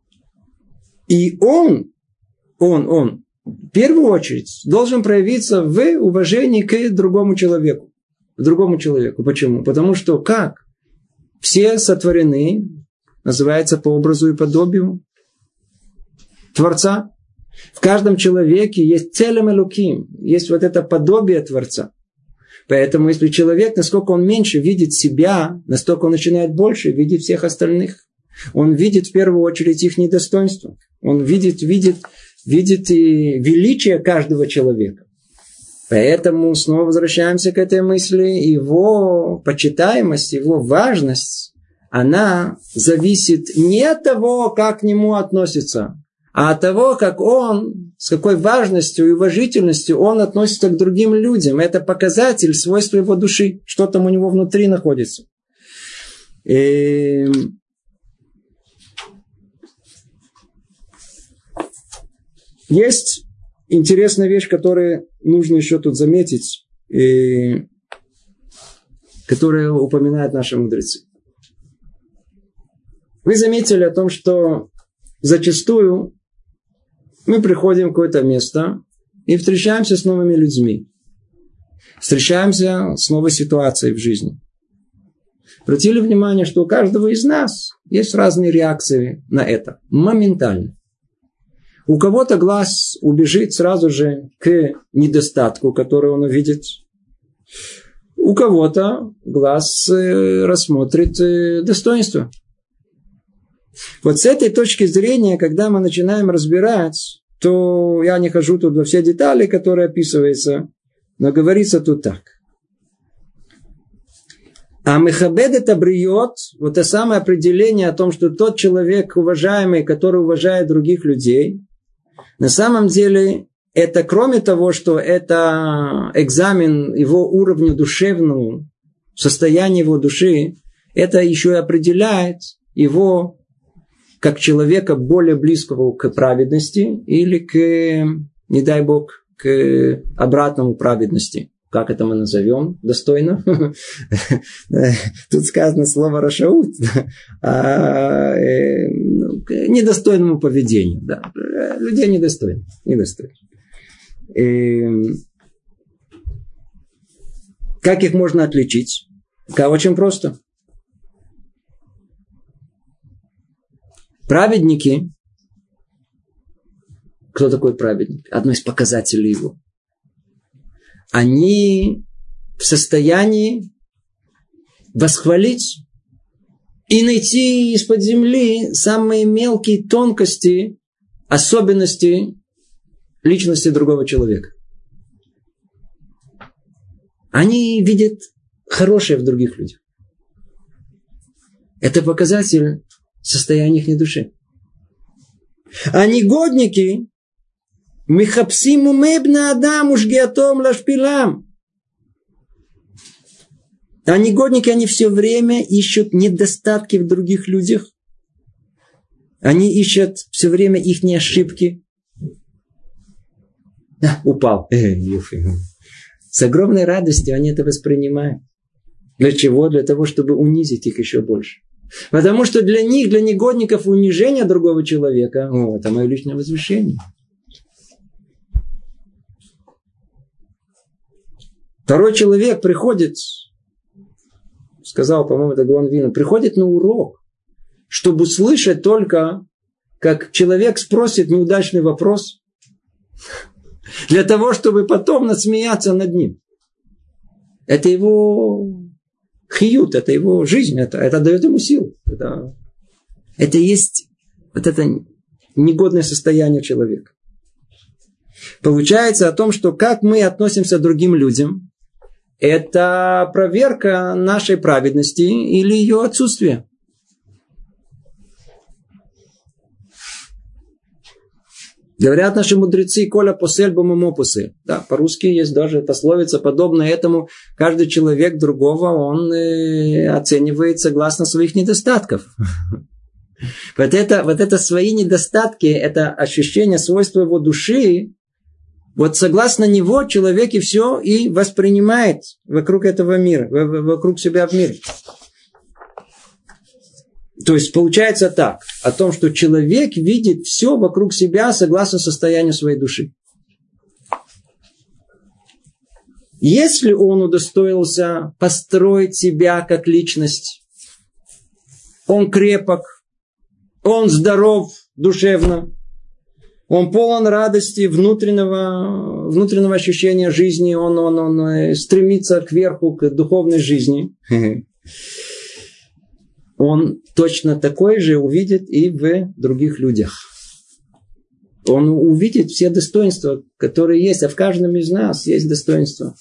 он, он, он, в первую очередь должен проявиться в уважении к другому человеку. К другому человеку. Почему? Потому что как? Все сотворены, называется по образу и подобию Творца. В каждом человеке есть целем элоким, есть вот это подобие Творца. Поэтому если человек, насколько он меньше видит себя, настолько он начинает больше видеть всех остальных. Он видит в первую очередь их недостоинство. Он видит, видит, видит и величие каждого человека. Поэтому снова возвращаемся к этой мысли. Его почитаемость, его важность, она зависит не от того, как к нему относятся, а от того, как он, с какой важностью и уважительностью он относится к другим людям. Это показатель свойства его души, что там у него внутри находится. И есть интересная вещь, которую нужно еще тут заметить. И которые упоминают наши мудрецы. Вы заметили о том, что зачастую мы приходим в какое-то место и встречаемся с новыми людьми. Встречаемся с новой ситуацией в жизни. Обратили внимание, что у каждого из нас есть разные реакции на это. Моментально. У кого-то глаз убежит сразу же к недостатку, который он увидит. У кого-то глаз рассмотрит достоинство. Вот с этой точки зрения, когда мы начинаем разбирать, то я не хожу тут во все детали, которые описываются, но говорится тут так. А мехабед это бриот, вот это самое определение о том, что тот человек уважаемый, который уважает других людей, на самом деле это кроме того, что это экзамен его уровня душевного, состояния его души, это еще и определяет его как человека более близкого к праведности или к, не дай Бог, к обратному праведности. Как это мы назовем? Достойно? Тут сказано слово «рашаут». Недостойному поведению. Да. Людей недостойны. Недостойны. Как их можно отличить? Очень просто. Праведники. Кто такой праведник? Одно из показателей его. Они в состоянии восхвалить и найти из-под земли самые мелкие тонкости, особенности личности другого человека. Они видят хорошее в других людях. Это показатель состояния их души. А негодники михапсиму мебна адам ушгиатом лашпилам. А негодники, они все время ищут недостатки в других людях. Они ищут все время их ошибки. А, упал. С огромной радостью они это воспринимают. Для чего? Для того, чтобы унизить их еще больше. Потому что для них, для негодников, унижение другого человека, о, это мое личное возвышение. Второй человек приходит, сказал, по-моему, это Гаон Вильна, приходит на урок, чтобы услышать только, как человек спросит неудачный вопрос, для того, чтобы потом насмеяться над ним. Это его хиют, это его жизнь, это, это дает ему силу. Это, это есть вот это негодное состояние человека. Получается о том, что как мы относимся к другим людям, это проверка нашей праведности или ее отсутствия. Говорят наши мудрецы, коля посель бомомо посель. Да, по-русски есть даже пословица, подобная этому. Каждый человек другого, он э, оценивает согласно своих недостатков. Вот это, вот это свои недостатки, это ощущение свойства его души, вот согласно него человек и все и воспринимает вокруг этого мира, вокруг себя в мире. То есть получается так, о том, что человек видит все вокруг себя согласно состоянию своей души. Если он удостоился построить себя как личность, он крепок, он здоров душевно, он полон радости, внутреннего, внутреннего ощущения жизни, он, он, он стремится кверху, к духовной жизни. Он точно такой же увидит и в других людях. Он увидит все достоинства, которые есть, а в каждом из нас есть достоинства.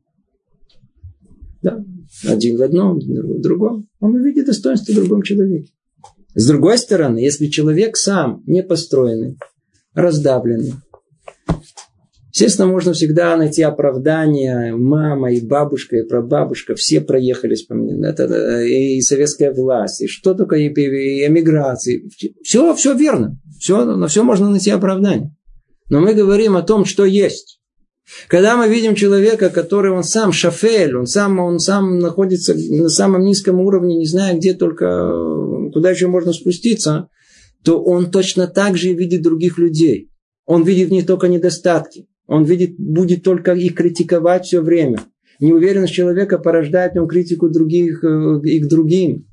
Да? Один в одном, в другом. Он увидит достоинство в другом человеке. С другой стороны, если человек сам не построенный, раздавленный, естественно, можно всегда найти оправдание. Мама и бабушка, и прабабушка, все проехались по мне. Это, и советская власть, и что только, и, и эмиграции. Все, все верно. Все, на все можно найти оправдание. Но мы говорим о том, что есть. Когда мы видим человека, который он сам шафель, он сам, он сам находится на самом низком уровне, не зная, где только, куда еще можно спуститься, то он точно так же видит других людей. Он видит не только недостатки. Он видит, будет только их критиковать все время. Неуверенность человека порождает в нем критику других и к другим.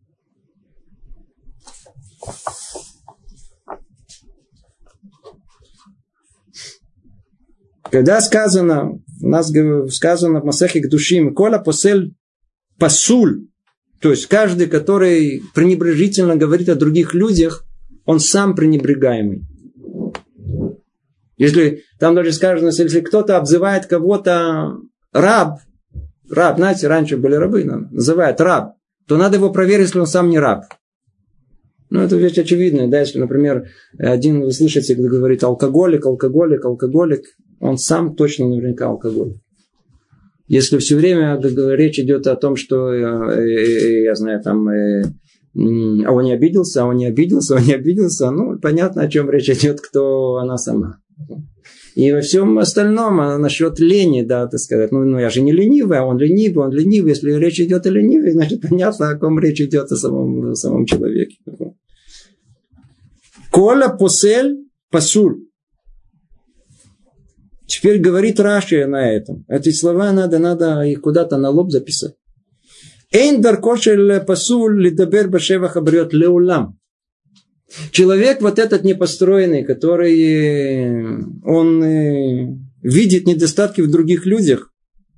Когда сказано, у нас сказано в Масехе Кдушим, кола посель пасуль, то есть каждый, который пренебрежительно говорит о других людях, он сам пренебрегаемый. Если там даже сказано, если кто-то обзывает кого-то раб, раб, знаете, раньше были рабы, называют раб, то надо его проверить, если он сам не раб. Ну, это вещь очевидная, да, если, например, один, вы слышите, когда говорит алкоголик, алкоголик, алкоголик, он сам точно наверняка алкоголик. Если все время речь идет о том, что, я знаю, там, а он не обиделся, а он не обиделся, а он не обиделся, ну, понятно, о чем речь идет, кто она сама. И во всем остальном, насчет лени, да, так сказать, ну, ну я же не ленивый, а он ленивый, он ленивый. Если речь идет о ленивой, значит, понятно, о ком речь идет о самом, о самом человеке. Кола посель пасуль. Теперь говорит Раши на этом. Эти слова надо, надо их куда-то на лоб записать. Эйн дарко шель пасуль лидабер башевах абриот леулам. Человек вот этот непостроенный, который он видит недостатки в других людях,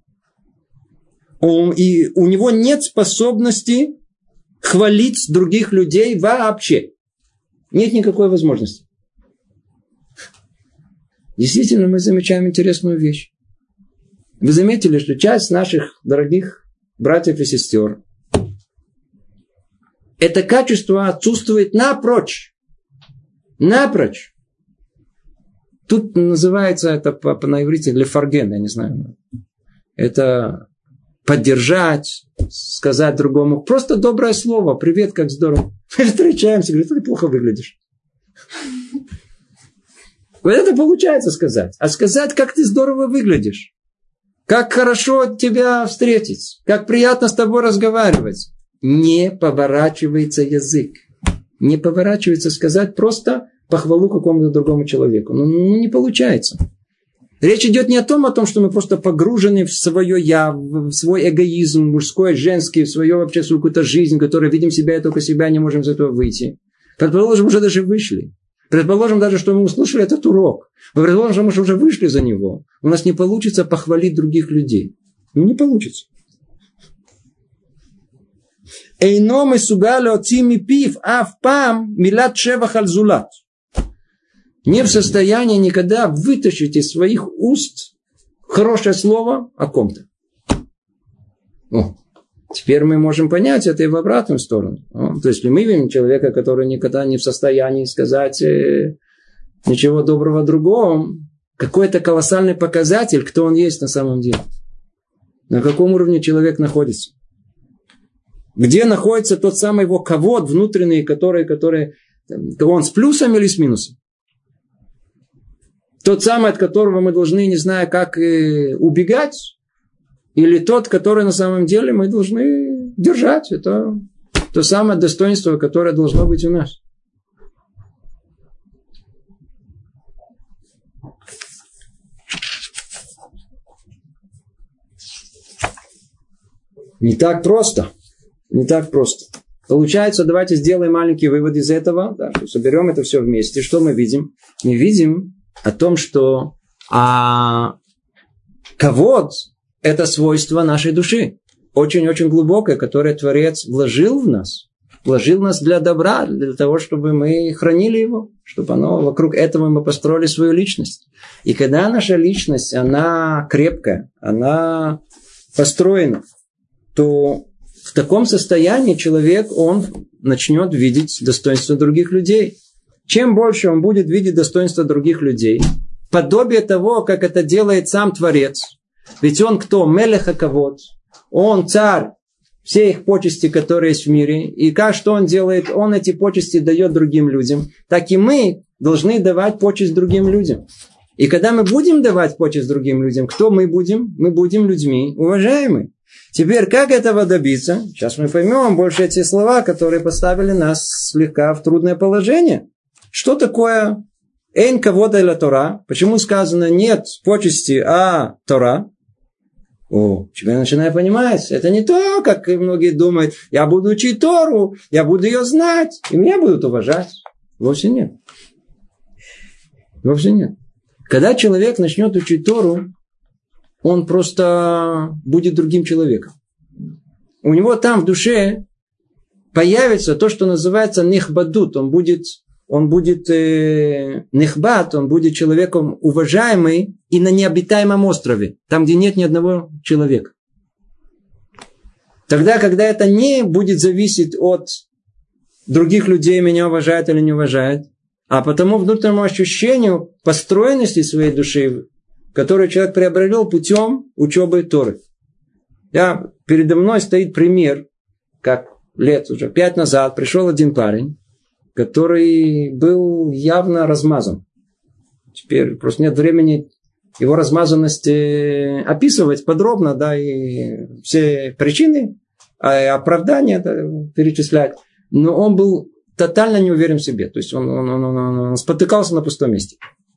он, и у него нет способности хвалить других людей вообще. Нет никакой возможности. Действительно, мы замечаем интересную вещь. Вы заметили, что часть наших дорогих братьев и сестер это качество отсутствует напрочь. Напрочь. Тут называется это по, по на иврите лефарген, я не знаю. Это поддержать, сказать другому. Просто доброе слово. Привет, как здорово. Мы встречаемся, говорит, ты плохо выглядишь. Вот это получается сказать. А сказать, как ты здорово выглядишь. Как хорошо тебя встретить. Как приятно с тобой разговаривать. Не поворачивается язык. Не поворачивается сказать просто похвалу какому-то другому человеку. Ну, ну, не получается. Речь идет не о том, о том, что мы просто погружены в свое я, в свой эгоизм, мужской, женский, в свою вообще свою какую-то жизнь, в которой видим себя и только себя, не можем из этого выйти. Предположим, уже даже вышли. Предположим даже, что мы услышали этот урок. Предположим, что мы уже вышли за него. У нас не получится похвалить других людей. Ну, не получится. Эйно месугаль оци мипив аф пам милат шевах аль зулат. Не в состоянии никогда вытащить из своих уст хорошее слово о ком-то. О, теперь мы можем понять это и в обратную сторону. О, то есть, если мы видим человека, который никогда не в состоянии сказать э, ничего доброго другому, какой-то колоссальный показатель, кто он есть на самом деле. На каком уровне человек находится. Где находится тот самый его кавод внутренний, который, который он с плюсом или с минусом? Тот самый, от которого мы должны, не знаю, как убегать, или тот, который на самом деле мы должны держать. Это то самое достоинство, которое должно быть у нас. Не так просто. Не так просто. Получается, давайте сделаем маленький вывод из этого. Да, соберем это все вместе. Что мы видим? Мы видим о том, что а, кавод – это свойство нашей души. Очень-очень глубокое, которое Творец вложил в нас. Вложил в нас для добра, для того, чтобы мы хранили его. Чтобы оно, вокруг этого мы построили свою личность. И когда наша личность, она крепкая, она построена, то в таком состоянии человек, он начнет видеть достоинство других людей. Чем больше он будет видеть достоинство других людей, подобие того, как это делает сам Творец. Ведь он кто? Мелех ха-кавод. Он царь все их почести, которые есть в мире. И как что он делает? Он эти почести дает другим людям. Так и мы должны давать почесть другим людям. И когда мы будем давать почесть другим людям, кто мы будем? Мы будем людьми уважаемыми. Теперь, как этого добиться? Сейчас мы поймем больше эти слова, которые поставили нас слегка в трудное положение. Что такое «эйн кавода эля Тора»? Почему сказано «нет почести, а Тора»? О, теперь я начинаю понимать. Это не то, как многие думают. Я буду учить Тору, я буду ее знать, и меня будут уважать. Вовсе нет. Вовсе нет. Когда человек начнет учить Тору, он просто будет другим человеком. У него там в душе появится то, что называется нихбадут. Он будет, он будет э, нихбад, он будет человеком уважаемый и на необитаемом острове, там, где нет ни одного человека. Тогда, когда это не будет зависеть от других людей, меня уважают или не уважают, а по тому внутреннему ощущению построенности своей души, который человек приобрел путем учебы Торы. Я, передо мной стоит пример, как лет уже пять назад пришел один парень, который был явно размазан. Теперь просто нет времени его размазанность описывать подробно, да, и все причины, оправдания, да, перечислять. Но он был тотально не уверен в себе. То есть он, он, он, он, он спотыкался на пустом месте.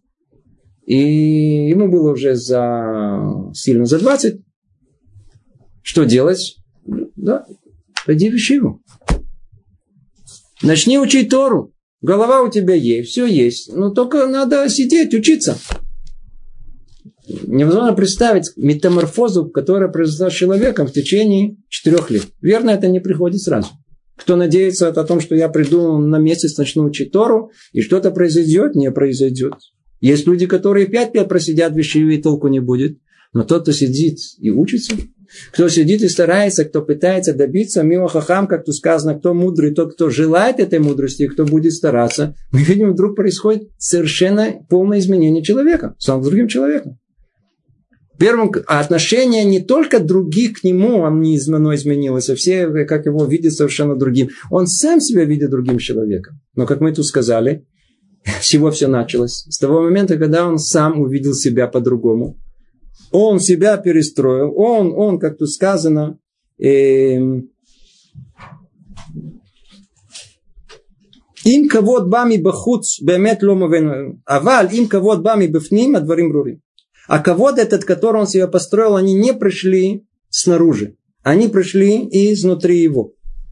И ему было уже за сильно за двадцать. Что делать? Да, пойди в ешиву. Начни учить Тору. Голова у тебя есть, все есть. Но только надо сидеть, учиться. Невозможно представить метаморфозу, которая произошла с человеком в течение четырех лет. Верно, это не приходит сразу. Кто надеется о том, что я приду на месяц, начну учить Тору, и что-то произойдет, не произойдет. Есть люди, которые пять лет просидят в ешиве, и толку не будет. Но тот, кто сидит и учится, кто сидит и старается, кто пытается добиться, мимо хахам, как тут сказано, кто мудрый, тот, кто желает этой мудрости, кто будет стараться, мы видим, вдруг происходит совершенно полное изменение человека, сам с другим человеком. Первым, отношение не только других к нему, оно изменилось, а все, как его видят, совершенно другим. Он сам себя видит другим человеком. Но, как мы тут сказали, с чего все началось? С того момента, когда он сам увидел себя по-другому. Он себя перестроил. Он, он, как тут сказано, им кавод бами бахуц бемет ломовен аваль им кавод бами бифним адварим брури. А кавод этот, который он себя построил, они не пришли снаружи. Они пришли изнутри его.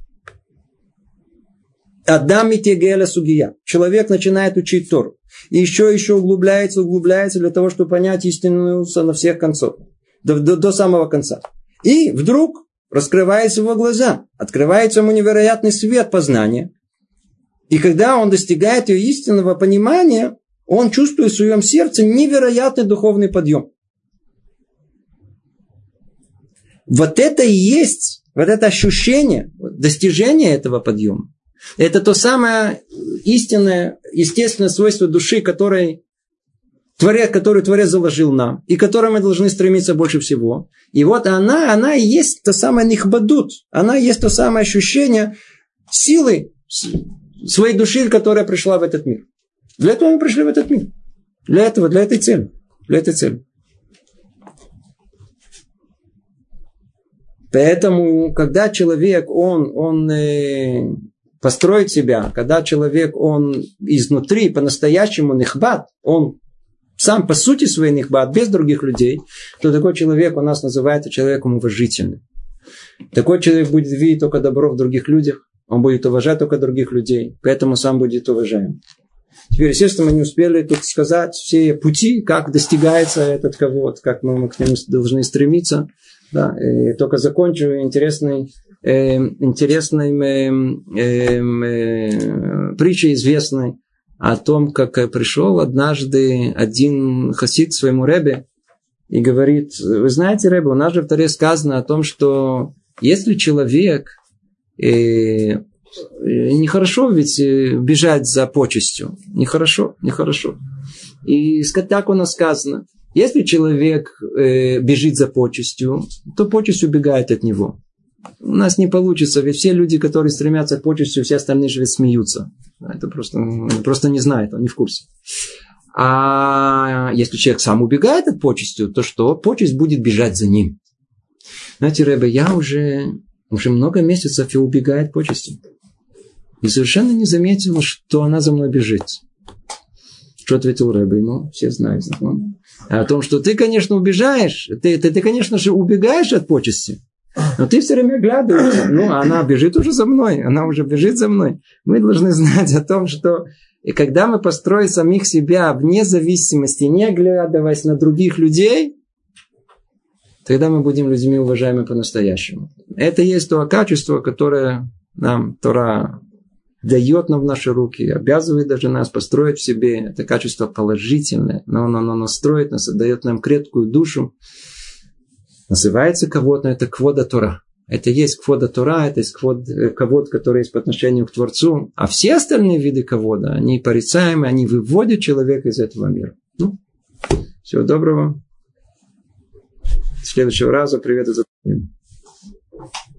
Адам и тегеля сугия. Человек начинает учить Тору. И еще, еще углубляется, углубляется для того, чтобы понять истину на всех концов. До, до, до самого конца. И вдруг раскрываются его глаза. Открывается ему невероятный свет познания. И когда он достигает ее истинного понимания, он чувствует в своем сердце невероятный духовный подъем. Вот это и есть, вот это ощущение, достижение этого подъема. Это то самое истинное, естественное свойство души, которое Творец, которую Творец заложил нам, и к которой мы должны стремиться больше всего. И вот она, она и есть то самое нихбадут, она и есть то самое ощущение силы своей души, которая пришла в этот мир. Для этого мы пришли в этот мир. Для этого, для этой цели. Для этой цели. Поэтому, когда человек, он, он э, построит себя, когда человек, он изнутри по-настоящему нихбат, он сам по сути своей нихбат, без других людей, то такой человек у нас называется человеком уважительным. Такой человек будет видеть только добро в других людях, он будет уважать только других людей, поэтому сам будет уважаем. Теперь, естественно, мы не успели тут сказать все пути, как достигается этот кавод, как мы к нему должны стремиться. Да, и только закончу интересной, э, интересной э, э, э, притчей известной о том, как пришел однажды один хасид к своему ребе и говорит: вы знаете, ребе, у нас же в Торе сказано о том, что если человек... Э, Нехорошо ведь бежать за почестью. Нехорошо, нехорошо. И так у нас сказано. Если человек э, бежит за почестью, то почесть убегает от него. У нас не получится, ведь все люди, которые стремятся к почестью, все остальные же ведь смеются. Это просто, просто не знает, он не в курсе. А если человек сам убегает от почести, то что? Почесть будет бежать за ним. Знаете, Ребе, я уже, уже много месяцев и убегаю от почести. И совершенно не заметил, что она за мной бежит. Что ответил Ребе ему? Все знают. А о том, что ты, конечно, убегаешь. Ты, ты, ты, конечно же, убегаешь от почести. Но ты все время оглядываешься. Ну, она бежит уже за мной. Она уже бежит за мной. Мы должны знать о том, что и когда мы построим самих себя вне зависимости, не оглядываясь на других людей, тогда мы будем людьми уважаемыми по-настоящему. Это есть то качество, которое нам Тора дает нам в наши руки, обязывает даже нас построить в себе. Это качество положительное, но оно, оно настроит нас, дает нам крепкую душу. Называется кавод, но это квода Тора. Это есть квода Тора, это есть квод, кавод, который есть по отношению к Творцу. А все остальные виды кавода, они порицаемы, они выводят человека из этого мира. Ну, всего доброго. С следующего раза. Привет из